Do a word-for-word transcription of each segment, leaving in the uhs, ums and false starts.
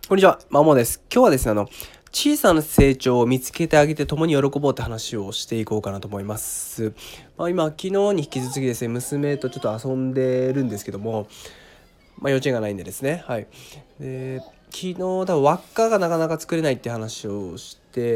こんにちは、まもです。今日はですね、あの、小さな成長を見つけてあげて共に喜ぼうって話をしていこうかなと思います。まあ、今、昨日に引き続きですね、娘とちょっと遊んでるんですけども、まあ、幼稚園がないんでですね、はい。で、昨日、多分輪っかがなかなか作れないって話をして、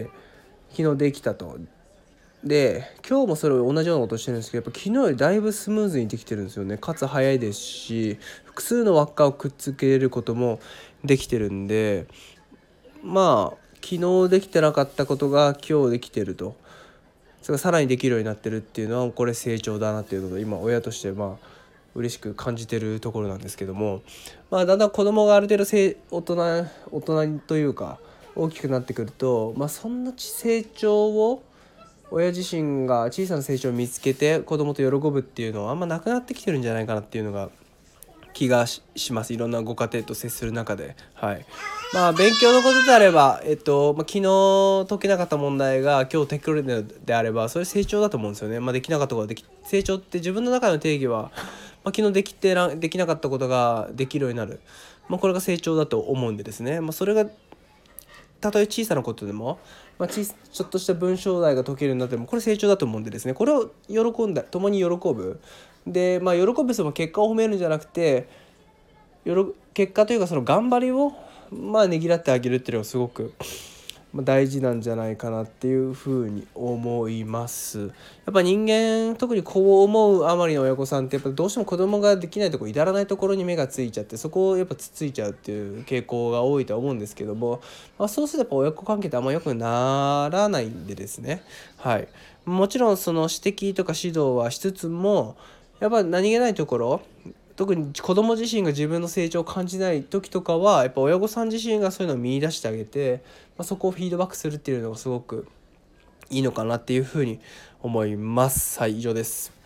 昨日できたと。で、今日もそれを同じようなことしてるんですけど、やっぱ昨日よりだいぶスムーズにできてるんですよね。かつ早いですし、複数の輪っかをくっつけることもできてるんで、まあ昨日できてなかったことが今日できてると、それがさらにできるようになってるっていうのはこれ成長だなっていうのを今親としてまあ嬉しく感じてるところなんですけども、まあだんだん子供がある程度大人大人というか大きくなってくると、まあそんな成長を親自身が小さな成長を見つけて子供と喜ぶっていうのはあんまなくなってきてるんじゃないかなっていうのが気がします。いろんなご家庭と接する中で、はい。まあ勉強のことであれば、えっと、まあ、昨日解けなかった問題が今日解けるのであれば、それ成長だと思うんですよね。まあできなかったことができ、成長って自分の中の定義は、まあ、昨日できてなできなかったことができるようになる。まあこれが成長だと思うんでですね。まあそれがたとえ小さなことでも、まあ、ちちょっとした文章題が解けるようになってもこれ成長だと思うんでですね、これを喜んだ共に喜ぶで、まあ、喜ぶその結果を褒めるんじゃなくて、よろ結果というかその頑張りをまあねぎらってあげるっていうのがすごく大事なんじゃないかなっていうふうに思います。やっぱ人間、特にこう思うあまりの親御さんってやっぱどうしても子供ができないところ、至らないところに目がついちゃって、そこをやっぱつついちゃうっていう傾向が多いとは思うんですけども、まあ、そうするとやっぱ親子関係ってあんま良くならないんでですね、はい、もちろんその指摘とか指導はしつつも、やっぱ何気ないところ、特に子供自身が自分の成長を感じない時とかはやっぱ親御さん自身がそういうのを見出してあげて、まあ、そこをフィードバックするっていうのがすごくいいのかなっていうふうに思います。はい、以上です。